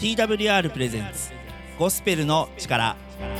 TWR プレゼンツゴスペルの力。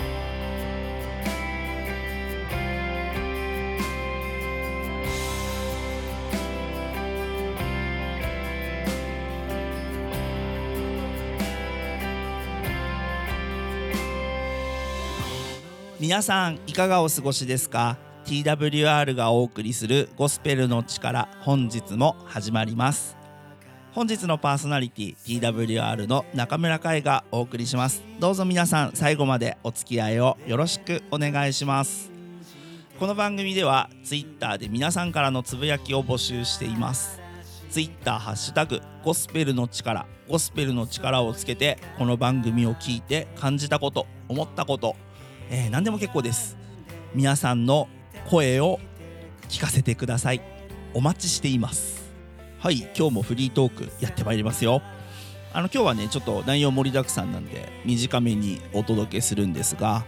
皆さんいかがお過ごしですか？ TWR がお送りするゴスペルの力、本日も始まります。本日のパーソナリティ TWR の中村海がお送りします。どうぞ皆さん最後までお付き合いをよろしくお願いします。この番組では Twitter で皆さんからのつぶやきを募集しています。 Twitter ハッシュタグゴスペルの力、ゴスペルの力をつけてこの番組を聞いて感じたこと、思ったこと、何でも結構です。皆さんの声を聞かせてください。お待ちしています。はい、今日もフリートークやってまいりますよ。今日はねちょっと内容盛りだくさんなんで短めにお届けするんですが、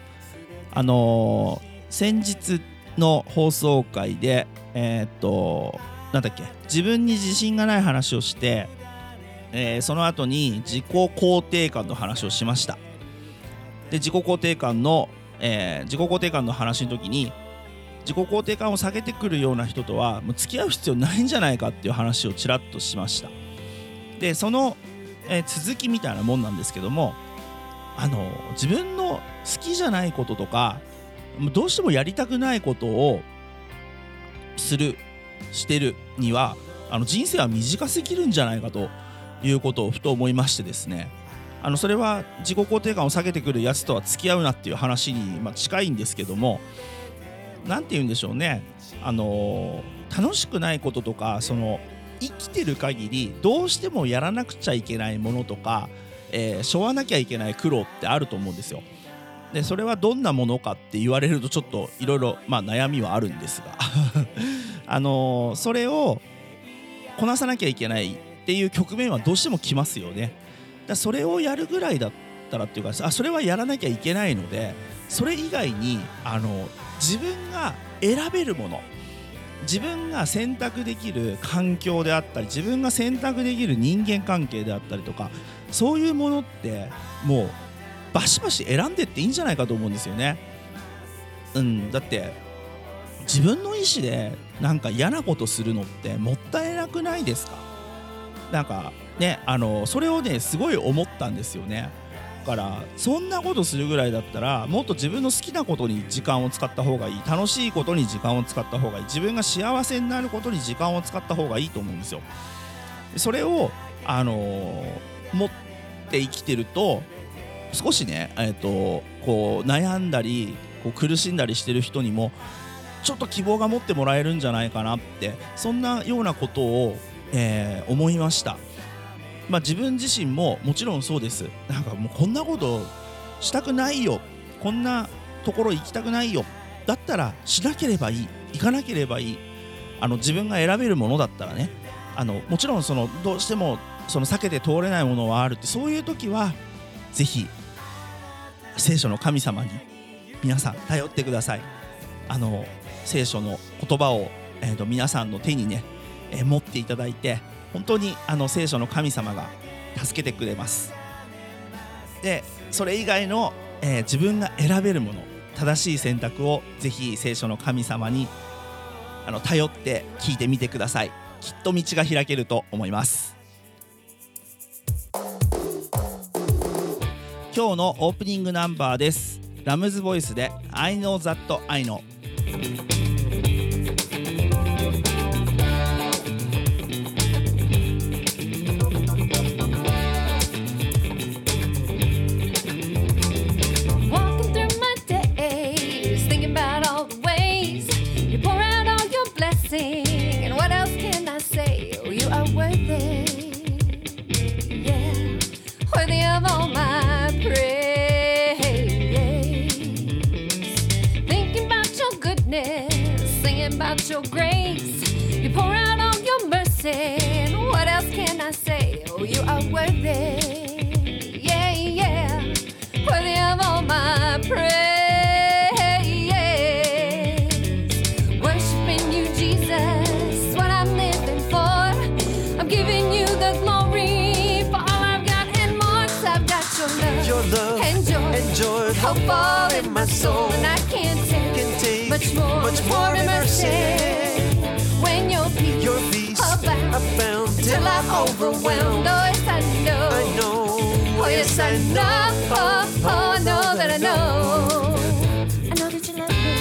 先日の放送回でなんだっけ、自分に自信がない話をして、その後に自己肯定感の話をしました。で自己肯定感の話の時に、自己肯定感を下げてくるような人とはもう付き合う必要ないんじゃないかっていう話をちらっとしました。でその、続きみたいなもんなんですけども、自分の好きじゃないこととかどうしてもやりたくないことをしてるには人生は短すぎるんじゃないかということをふと思いましてですね、それは自己肯定感を下げてくるやつとは付き合うなっていう話に、近いんですけども、なんて言うんでしょうね、楽しくないこととか、その生きてる限りどうしてもやらなくちゃいけないものとか、背負わなきゃいけない苦労ってあると思うんですよ。でそれはどんなものかって言われるとちょっといろいろ悩みはあるんですがそれをこなさなきゃいけないっていう局面はどうしても来ますよね。だそれをやるぐらいだったらっていうか、それはやらなきゃいけないので、それ以外に自分が選べるもの、自分が選択できる環境であったり、自分が選択できる人間関係であったりとか、そういうものってもうバシバシ選んでっていいんじゃないかと思うんですよね。だって自分の意思でなんか嫌なことするのってもったいなくないですか？なんかね、それをねすごい思ったんですよね。だからそんなことするぐらいだったらもっと自分の好きなことに時間を使った方がいい、楽しいことに時間を使った方がいい、自分が幸せになることに時間を使った方がいいと思うんですよ。それを持って生きてると少しね、こう悩んだりこう苦しんだりしてる人にもちょっと希望が持ってもらえるんじゃないかなって、そんなようなことを思いました。自分自身ももちろんそうです。なんかもうこんなことしたくないよ、こんなところ行きたくないよ、だったらしなければいい、行かなければいい。自分が選べるものだったらね、もちろんどうしても避けて通れないものはあるって、そういう時はぜひ聖書の神様に皆さん頼ってください。聖書の言葉を、皆さんの手にね、持っていただいて、本当に聖書の神様が助けてくれます。でそれ以外の、自分が選べるもの、正しい選択をぜひ聖書の神様に頼って聞いてみてください。きっと道が開けると思います。今日のオープニングナンバーです。ラムズボイスで I know that I know。 Your grace, you pour out all your mercy, and what else can I say? Oh, you are worthy, yeah, yeah, worthy of all my praise. Worshiping you, Jesus, what I'm living for. I'm giving you the glory for all I've got and more, 'cause I've got joy, hope all in my soul, and I can't take much more than mercy. When your peace abound till I'm overwhelmed. Oh yes, I know. Oh yes, I know. Oh, I know that I know. I know that you love me.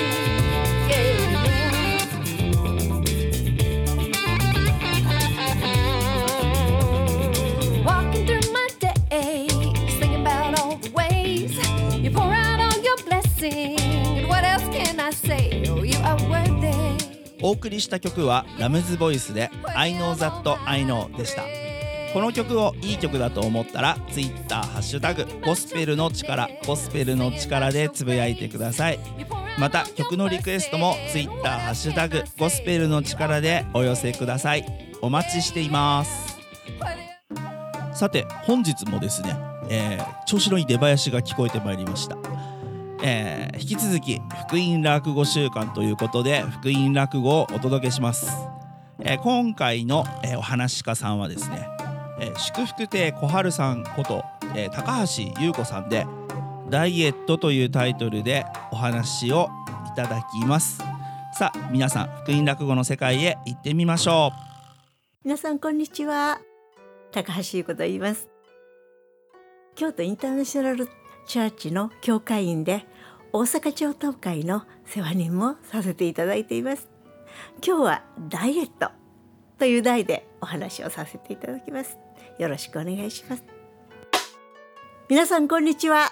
Yeah. Walking through my days, thinking about all the ways you pour out all your blessings. And what else can I say? Oh, you are worthy. お送りした曲はラムズボイスで I know that I know でした。この曲をいい曲だと思ったら Twitter ハッシュタグゴスペルの力でつぶやいてください。また曲のリクエストも Twitter ハッシュタグゴスペルの力でお寄せください。お待ちしています。さて本日もですね、調子のいい出囃子が聞こえてまいりました。引き続き福音落語週間ということで福音落語をお届けします。今回の、お話し家さんはですね、祝福亭小春さんこと、高橋優子さんでダイエットというタイトルでお話をいただきます。さあ皆さん福音落語の世界へ行ってみましょう。 皆さんこんにちは、高橋優子と言います。京都インターナショナルチャーチの教会員で大阪町東会の世話人もさせていただいています。今日はダイエットという題でお話をさせていただきます。よろしくお願いします。皆さんこんにちは、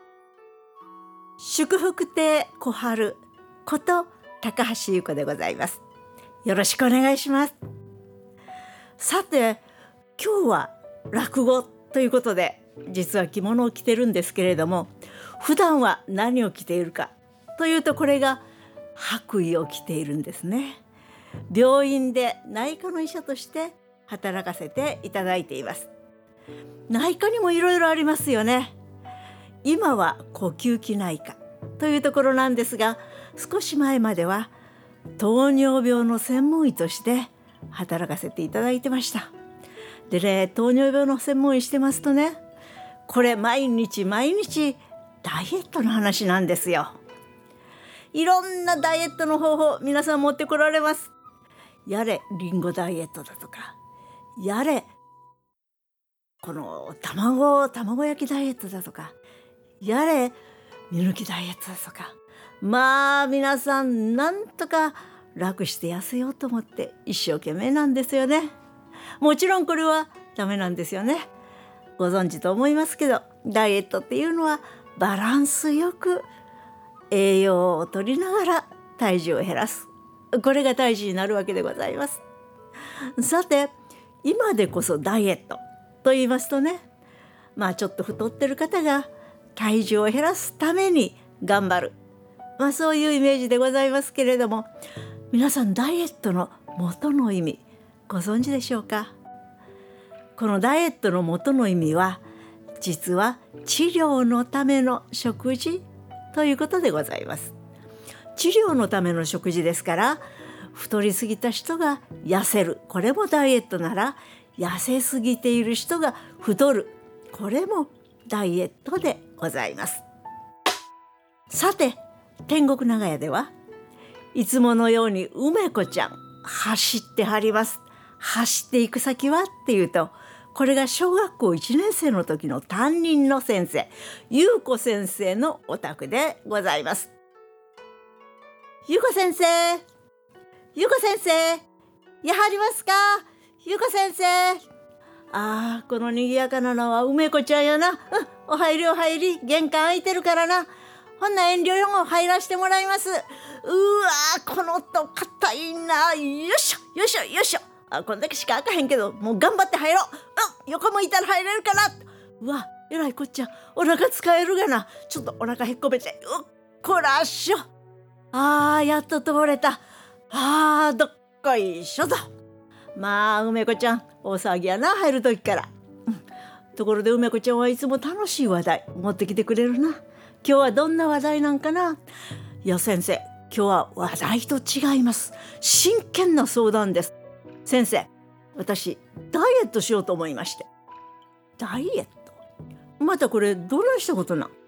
祝福亭小春こと高橋優子でございます。よろしくお願いします。さて今日は落語ということで実は着物を着てるんですけれども、普段は何を着ているかというとこれが白衣を着ているんですね。病院で内科の医者として働かせていただいています。内科にもいろいろありますよね。今は呼吸器内科というところなんですが、少し前までは糖尿病の専門医として働かせていただいてました。でね、糖尿病の専門医してますとね、これ毎日ダイエットの話なんですよ。いろんなダイエットの方法皆さん持ってこられます。やれリンゴダイエットだとか、やれこの卵焼きダイエットだとか、やれ見抜きダイエットだとか、まあ皆さんなんとか楽して痩せようと思って一生懸命なんですよね。もちろんこれはダメなんですよね。ご存知と思いますけど、ダイエットっていうのはバランスよく栄養を取りながら体重を減らす、これが大事になるわけでございます。さて今でこそダイエットと言いますとね、ちょっと太ってる方が体重を減らすために頑張る、そういうイメージでございますけれども、皆さんダイエットの元の意味ご存知でしょうか。このダイエットの元の意味は実は治療のための食事ということでございます。治療のための食事ですから、太りすぎた人が痩せる、これもダイエットなら、痩せすぎている人が太る、これもダイエットでございます。さて天国長屋ではいつものように梅子ちゃん走ってはります。走っていく先はっていうと、これが小学校1年生の時の担任の先生、優子先生のお宅でございます。優子先生、優子先生、やはりますか、優子先生。この賑やかなのは梅子ちゃんやな。お入りお入り、玄関開いてるからな。ほんな遠慮よん入らしてもらいます。この音硬いな。よいしょよいしょよいしょ。こんだけしか開かへんけど、もう頑張って入ろう。横向いたら入れるかな。えらいこっちゃ、お腹使えるがな。ちょっとお腹へっこめて、こらっしょ。やっと通れた。どっこいしょと。梅子ちゃん大騒ぎやな、入る時から。ところで梅子ちゃんはいつも楽しい話題持ってきてくれるな。今日はどんな話題なんかな。いや先生、今日は話題と違います。真剣な相談です。先生、私ダイエットしようと思いまして。ダイエット、またこれどないしたことな。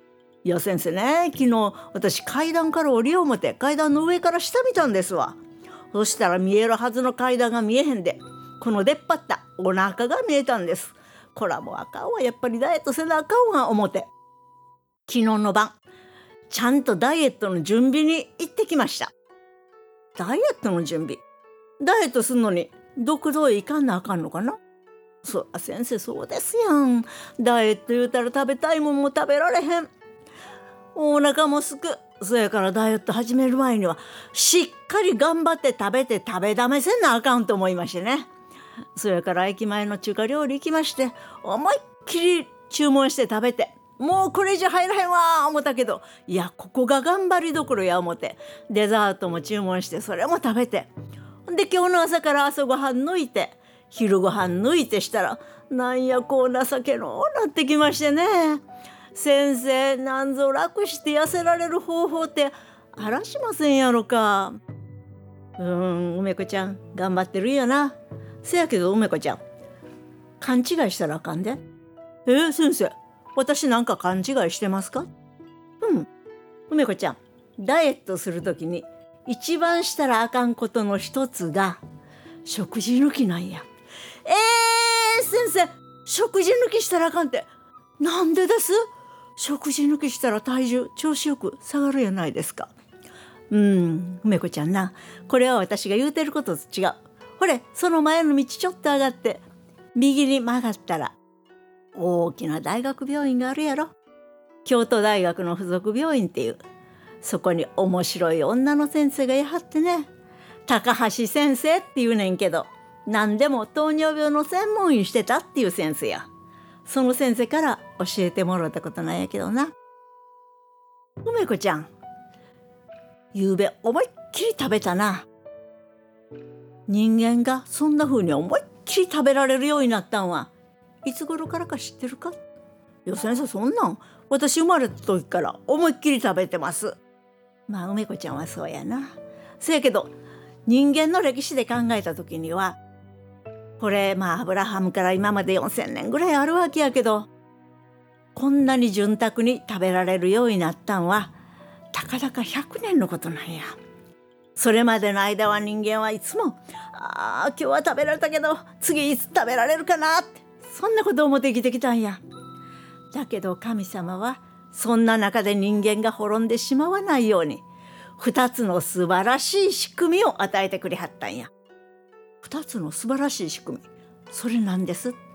いや先生ね、昨日私階段から降りよう思って階段の上から下見たんですわ。そしたら見えるはずの階段が見えへんで、この出っ張ったお腹が見えたんです。こらもうあかんわ、やっぱりダイエットせなあかんわ思って、昨日の晩ちゃんとダイエットの準備に行ってきました。ダイエットの準備、ダイエットするのに毒道へ行かんなあかんのかな。そう先生、そうですやん。ダイエット言うたら食べたいもんも食べられへん、お腹もすく。そやからダイエット始める前にはしっかり頑張って食べて食べだめせんなあかんと思いましてね。そやから駅前の中華料理行きまして、思いっきり注文して食べて、もうこれ以上入らへんわ思ったけど、いやここが頑張りどころや思ってデザートも注文して、それも食べて、で今日の朝から朝ごはん抜いて昼ごはん抜いてしたら、なんやこう情けのなってきましてね。先生、なんぞ楽して痩せられる方法ってあらしませんやろか。梅子ちゃん頑張ってるんやな。せやけど梅子ちゃん勘違いしたらあかんで。先生、私なんか勘違いしてますか？梅子ちゃん、ダイエットするときに一番したらあかんことの一つが食事抜きなんや。先生、食事抜きしたらあかんってなんでです？食事抜きしたら体重調子よく下がるやないですか。梅子ちゃんな、これは私が言うてることと違う。ほれ、その前の道ちょっと上がって右に曲がったら大きな大学病院があるやろ。京都大学の附属病院っていう、そこに面白い女の先生がいはってね、高橋先生っていうねんけど、何でも糖尿病の専門医してたっていう先生や。その先生から教えてもらったことなんやけどな。梅子ちゃん、ゆうべ思いっきり食べたな。人間がそんな風に思いっきり食べられるようになったんはいつ頃からか知ってるか？いや先生、そんなん私生まれた時から思いっきり食べてます。まあ梅子ちゃんはそうやな。そやけど人間の歴史で考えた時には、これアブラハムから今まで4000年ぐらいあるわけやけど、こんなに潤沢に食べられるようになったんはたかだか100年のことなんや。それまでの間は人間はいつも今日は食べられたけど次いつ食べられるかなって、そんなことを思って生きてきたんや。だけど神様はそんな中で人間が滅んでしまわないように2つの素晴らしい仕組みを与えてくれはったんや。2つの素晴らしい仕組み、それなんです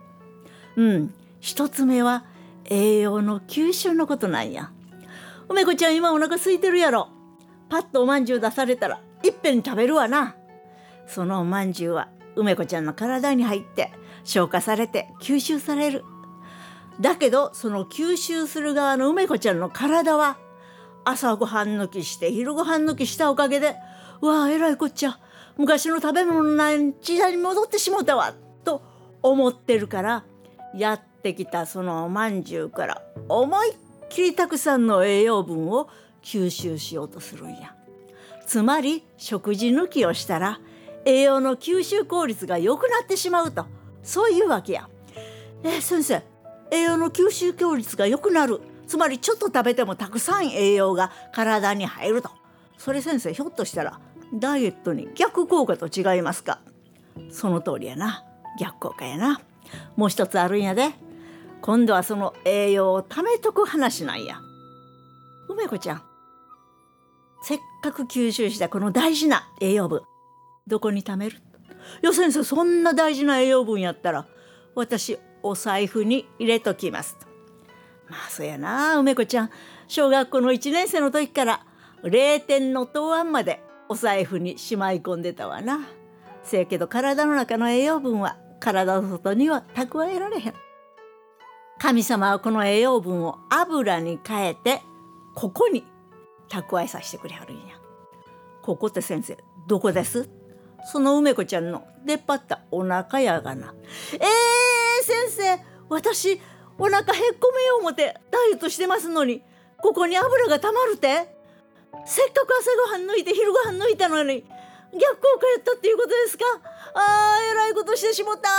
。1つ目は栄養の吸収のことなんや。梅子ちゃん今お腹空いてるやろ。パッとおまんじゅう出されたらいっぺんに食べるわな。そのおまんじゅうは梅子ちゃんの体に入って消化されて吸収される。だけどその吸収する側の梅子ちゃんの体は朝ごはん抜きして昼ごはん抜きしたおかげで、えらいこっちゃ、昔の食べ物のない時代に戻ってしもたわと思ってるから、やってきたそのおまんじゅうから思いっきりたくさんの栄養分を吸収しようとするんや。つまり食事抜きをしたら栄養の吸収効率が良くなってしまうと、そういうわけや。先生、栄養の吸収効率が良くなる、つまりちょっと食べてもたくさん栄養が体に入ると、それ先生、ひょっとしたらダイエットに逆効果と違いますか？その通りやな、逆効果やな。もう一つあるんやで。今度はその栄養をためとく話なんや。梅子ちゃん、せっかく吸収したこの大事な栄養分、どこに貯める？いや先生、そんな大事な栄養分やったら私お財布に入れときますと。そうやな、梅子ちゃん小学校の1年生の時から0点の答案までお財布にしまい込んでたわな。せやけど体の中の栄養分は体の外には蓄えられへん。神様はこの栄養分を油に変えてここに蓄えさせてくれはるんや。ここって先生どこです？その梅子ちゃんの出っ張ったお腹やがな。先生、私お腹へっこめよう思ってダイエットしてますのに、ここに油がたまるて？せっかく朝ごはん抜いて昼ごはん抜いたのに逆効果やったっていうことですか？えらいことしてしもった。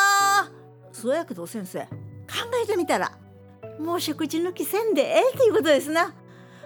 そうやけど先生、考えてみたらもう食事抜きせんでええっていうことですな。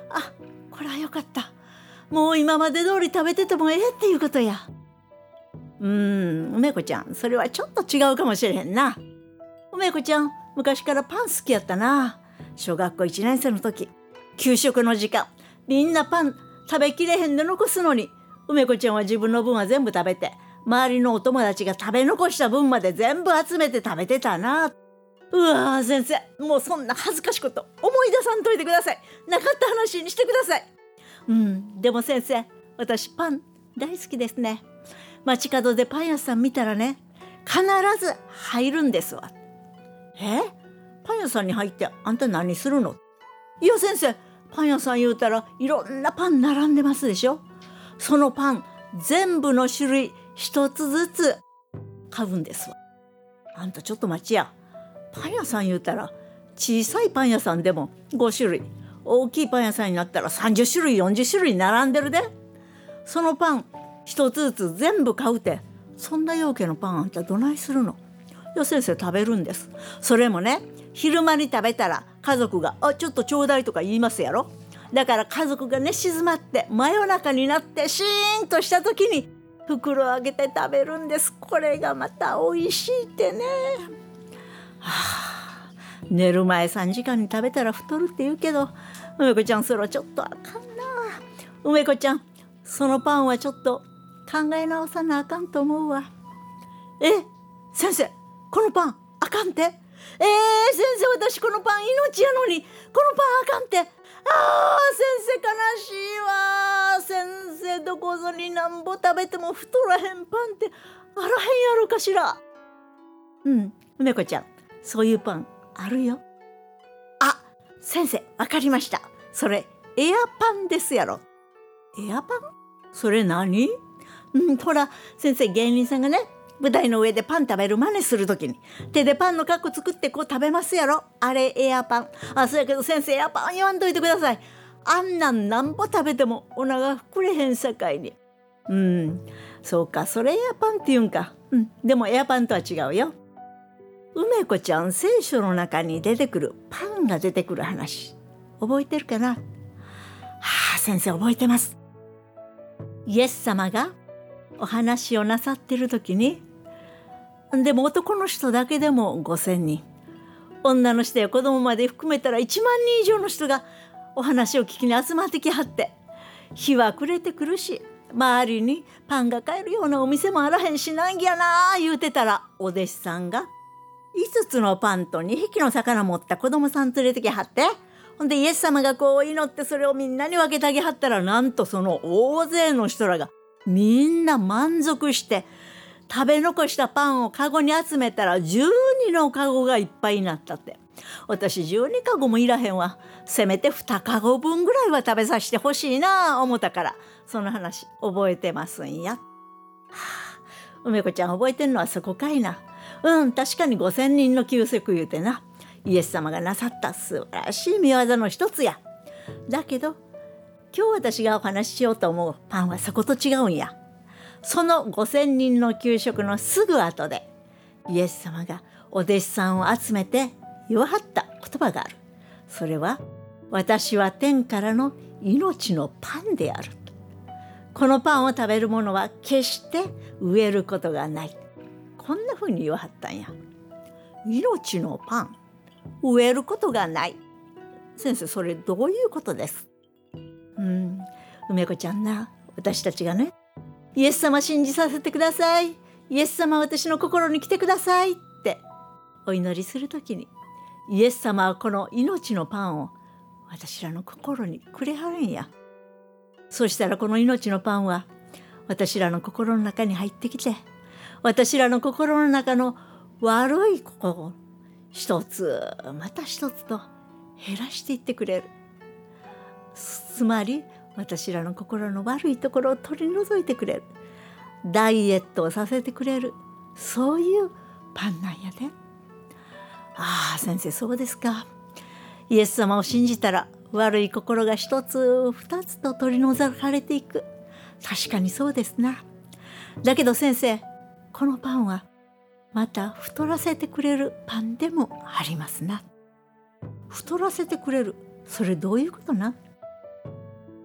あ、これはよかった。もう今まで通り食べててもええっていうことや。梅子ちゃん、それはちょっと違うかもしれへんな。梅子ちゃん、昔からパン好きやったな。小学校1年生の時、給食の時間、みんなパン食べきれへんで残すのに、梅子ちゃんは自分の分は全部食べて、周りのお友達が食べ残した分まで全部集めて食べてたな。うわー、先生、もうそんな恥ずかしいこと思い出さんといてください。なかった話にしてください。でも先生、私パン大好きですね。街角でパン屋さん見たらね、必ず入るんですわ。パン屋さんに入ってあんた何するの？いや先生、パン屋さん言うたらいろんなパン並んでますでしょ。そのパン全部の種類一つずつ買うんですわ。あんたちょっと待ちや。パン屋さん言うたら小さいパン屋さんでも5種類、大きいパン屋さんになったら30種類40種類並んでるで。そのパン一つずつ全部買うて、そんな容器のパンあんたどないするの？いや先生、食べるんです。それもね、昼間に食べたら家族がちょっとちょうだいとか言いますやろ。だから家族が寝静まって真夜中になってシーンとした時に袋をあげて食べるんです。これがまた美味しいってね。寝る前3時間に食べたら太るって言うけど、梅子ちゃんそれはちょっとあかんな。梅子ちゃん、そのパンはちょっと考え直さなあかんと思うわ。先生、このパンあかんて？先生、私このパン命やのにこのパンあかんて。先生悲しいわ。先生、どこぞになんぼ食べても太らへんパンってあらへんやろかしら。梅子ちゃん、そういうパンあるよ。先生、わかりました。それエアパンですやろ。エアパン？それ何？ほら先生、芸人さんがね、舞台の上でパン食べる真似するときに手でパンの格好作ってこう食べますやろ。あれエアパン。そうやけど先生、エアパン言わんといてください。あんなんなんぼ食べてもお腹膨れへんさかいに。そうか、それエアパンって言うんか。でもエアパンとは違うよ。梅子ちゃん、聖書の中に出てくるパンが出てくる話覚えてるかな？先生、覚えてます。イエス様がお話をなさってる時に、でも男の人だけでも5000人、女の人や子供まで含めたら1万人以上の人がお話を聞きに集まってきはって、日は暮れてくるし周りにパンが買えるようなお店もあらへんしなんぎやな言うてたら、お弟子さんが5つのパンと2匹の魚持った子供さん連れてきはって、ほんでイエス様がこう祈ってそれをみんなに分けてあげはったら、なんとその大勢の人らがみんな満足して食べ残したパンをカゴに集めたら12のカゴがいっぱいになったって。私12カゴもいらへんわ。せめて2カゴ分ぐらいは食べさせてほしいな思ったから、その話覚えてますんや。梅子ちゃん覚えてんのはそこかいな。確かに5000人の給食言うてな、イエス様がなさった素晴らしい見業の一つや。だけど今日私がお話ししようと思うパンはそこと違うんや。その5000人の給食のすぐ後でイエス様がお弟子さんを集めて言わはった言葉がある。それは、私は天からの命のパンである。このパンを食べる者は決して飢えることがない。こんな風に言わはったんや。命のパン、飢えることがない。先生、それどういうことです？梅子ちゃんな、私たちがね、イエス様信じさせてください、イエス様私の心に来てくださいってお祈りするときに、イエス様はこの命のパンを私らの心にくれはるんや。そしたらこの命のパンは私らの心の中に入ってきて、私らの心の中の悪い心を一つまた一つと減らしていってくれる。つまり私らの心の悪いところを取り除いてくれる、ダイエットをさせてくれる、そういうパンなんやで。先生、そうですか。イエス様を信じたら悪い心が一つ二つと取り除かれていく。確かにそうですな。だけど先生、このパンはまた太らせてくれるパンでもありますな。太らせてくれる、それどういうことな？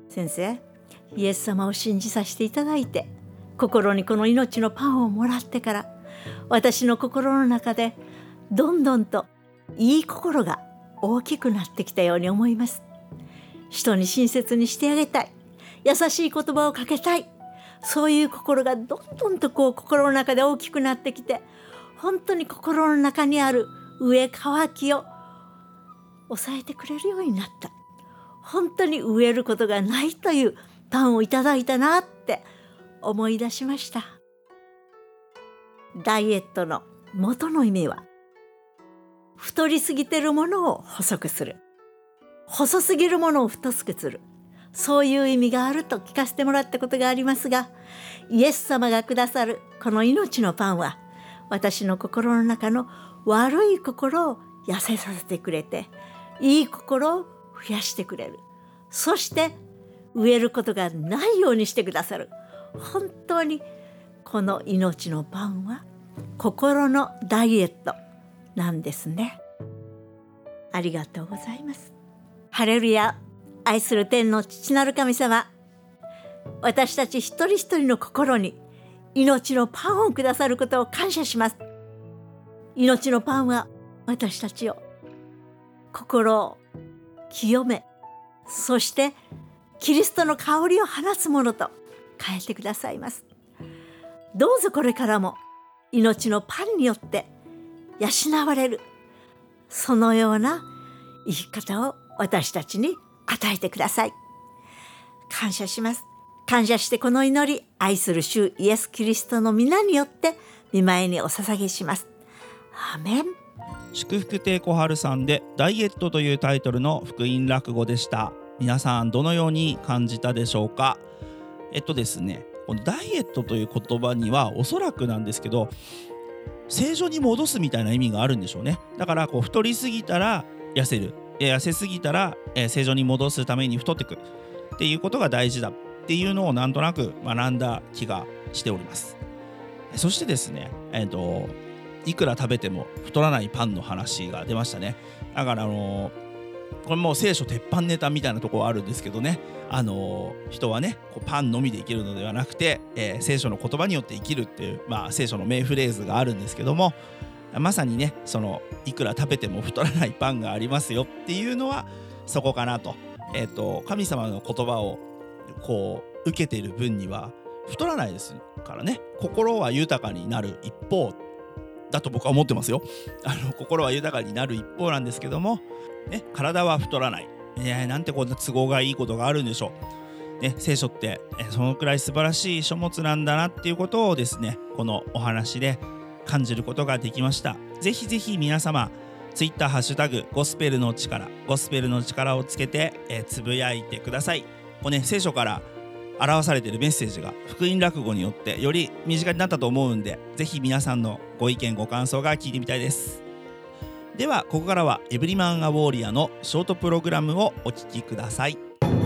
先生、イエス様を信じさせていただいて、心にこの命のパンをもらってから、私の心の中でどんどんといい心が大きくなってきたように思います。人に親切にしてあげたい、優しい言葉をかけたい、そういう心がどんどんと心の中で大きくなってきて、本当に心の中にある飢え渇きを抑えてくれるようになった。本当に飢えることがないというパンをいただいたなって思い出しました。ダイエットの元の意味は、太りすぎているものを細くする、細すぎるものを太くする、そういう意味があると聞かせてもらったことがありますが、イエス様がくださるこの命のパンは、私の心の中の悪い心を痩せさせてくれて、いい心を増やしてくれる。そして飢えることがないようにしてくださる。本当にこの命のパンは心のダイエットなんですね。ありがとうございます。ハレルヤ。愛する天の父なる神様、私たち一人一人の心に命のパンをくださることを感謝します。命のパンは私たちを、心を清め、そしてキリストの香りを放つものと変えてくださいます。どうぞこれからも命のパンによって養われる、そのような生き方を私たちに与えてください。感謝します。感謝してこの祈り、愛する主イエス・キリストの皆によって御前にお捧げします。アーメン。 祝福亭小春さんでダイエットというタイトルの福音落語でした。皆さんどのように感じたでしょうか。ですね、このダイエットという言葉にはおそらくなんですけど、正常に戻すみたいな意味があるんでしょうね。だから太りすぎたら痩せる、痩せすぎたら正常に戻すために太っていくっていうことが大事だっていうのをなんとなく学んだ気がしております。そしてですね、いくら食べても太らないパンの話が出ましたね。だからこれもう聖書鉄板ネタみたいなところあるんですけどね、人はねパンのみで生きるのではなくて、聖書の言葉によって生きるっていう、聖書の名フレーズがあるんですけども、まさにね、いくら食べても太らないパンがありますよっていうのはそこかなと。神様の言葉を受けている分には太らないですからね。心は豊かになる一方だと僕は思ってますよ。心は豊かになる一方なんですけども、ね、体は太らない。なんてこんな都合がいいことがあるんでしょう。ね、聖書ってそのくらい素晴らしい書物なんだなっていうことをですね、このお話で感じることができました。ぜひぜひ皆様ツイッターハッシュタグゴスペルの力をつけて、つぶやいてください。聖書から表されているメッセージが福音落語によってより身近になったと思うんで、ぜひ皆さんのご意見ご感想が聞いてみたいです。ではここからはエブリマンアウォーリアのショートプログラムをお聞きください。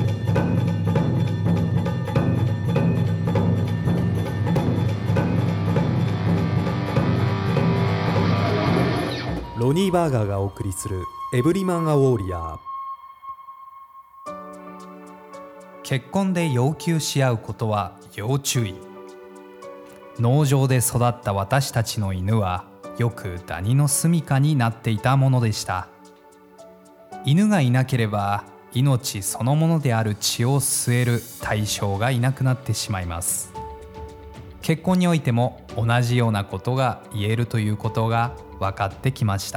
ロニー・バーガーがお送りするエブリマン・ア・ウォーリアー。 結婚で要求し合うことは要注意。農場で育った私たちの犬はよくダニの住処になっていたものでした。犬がいなければ命そのものである血を吸える対象がいなくなってしまいます。結婚においても同じようなことが言えるということが分かってきました。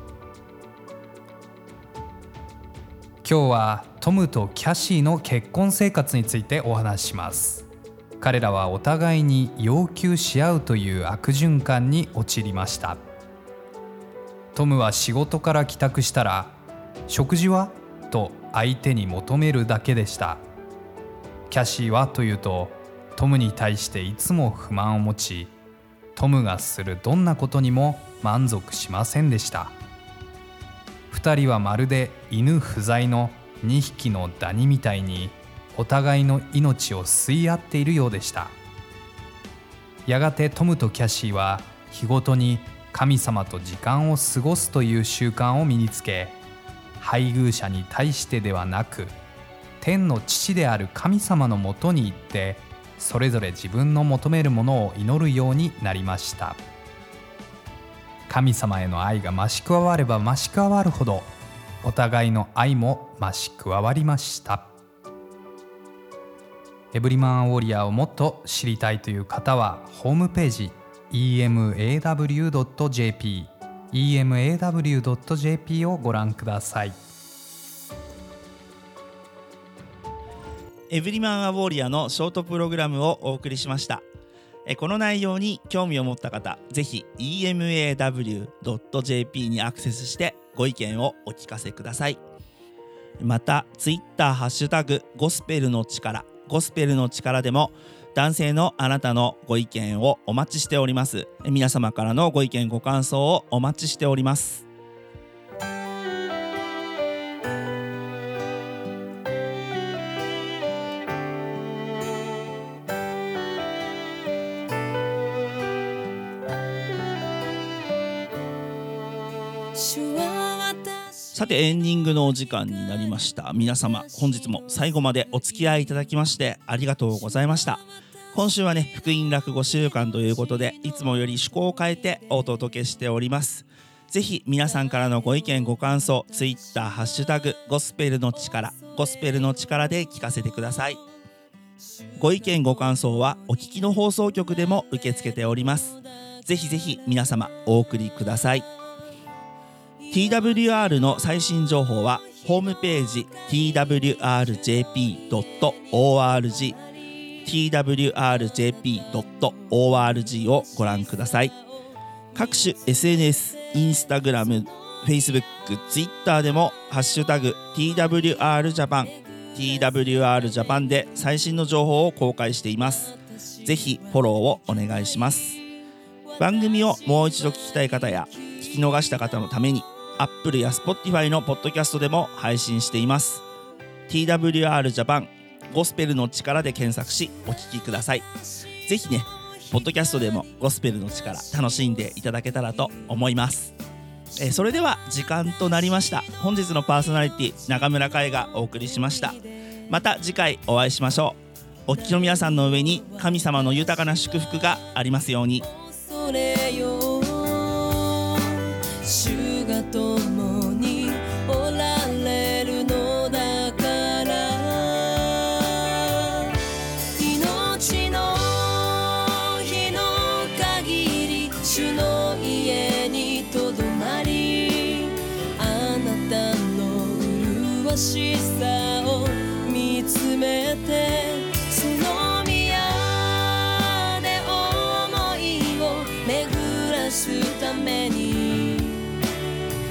今日はトムとキャシーの結婚生活についてお話しします。彼らはお互いに要求し合うという悪循環に陥りました。トムは仕事から帰宅したら、食事はと相手に求めるだけでした。キャシーはというと、トムに対していつも不満を持ち、トムがするどんなことにも満足しませんでした。二人はまるで犬不在の2匹のダニみたいにお互いの命を吸い合っているようでした。やがてトムとキャシーは日ごとに神様と時間を過ごすという習慣を身につけ、配偶者に対してではなく天の父である神様のもとに行って、それぞれ自分の求めるものを祈るようになりました。神様への愛が増し加われば増し加わるほど、お互いの愛も増し加わりました。エブリマンウォリアーをもっと知りたいという方は、ホームページ emaw.jp をご覧ください。 エブリマンアウォリアのショートプログラムをお送りしました。この内容に興味を持った方、ぜひ emaw.jp にアクセスしてご意見をお聞かせください。またツイッターハッシュタグゴスペルの力でも男性のあなたのご意見をお待ちしております。皆様からのご意見ご感想をお待ちしております。さてエンディングのお時間になりました。皆様本日も最後までお付き合いいただきましてありがとうございました。今週はね、福音落語週間ということで、いつもより趣向を変えてお届けしております。ぜひ皆さんからのご意見ご感想、ツイッターハッシュタグゴスペルの力で聞かせてください。ご意見ご感想はお聞きの放送局でも受け付けております。ぜひぜひ皆様お送りください。TWR の最新情報はホームページ twrjp.org をご覧ください。各種 SNS、インスタグラム、Facebook、Twitter でもハッシュタグ TWRジャパンで最新の情報を公開しています。ぜひフォローをお願いします。番組をもう一度聞きたい方や聞き逃した方のためにApple や Spotify のポッドキャストでも配信しています。 TWR ジャパンゴスペルの力で検索しお聞きください。ぜひね、ポッドキャストでもゴスペルの力楽しんでいただけたらと思います。それでは時間となりました。本日のパーソナリティ中村海がお送りしました。また次回お会いしましょう。お聞きの皆さんの上に神様の豊かな祝福がありますように。 それよ主が共におられるのだから、命の日の限り主の家にとどまり、あなたの麗しさを見つめて、その宮で思いを巡らすために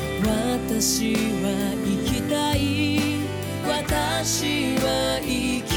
私は生きたい、私は生き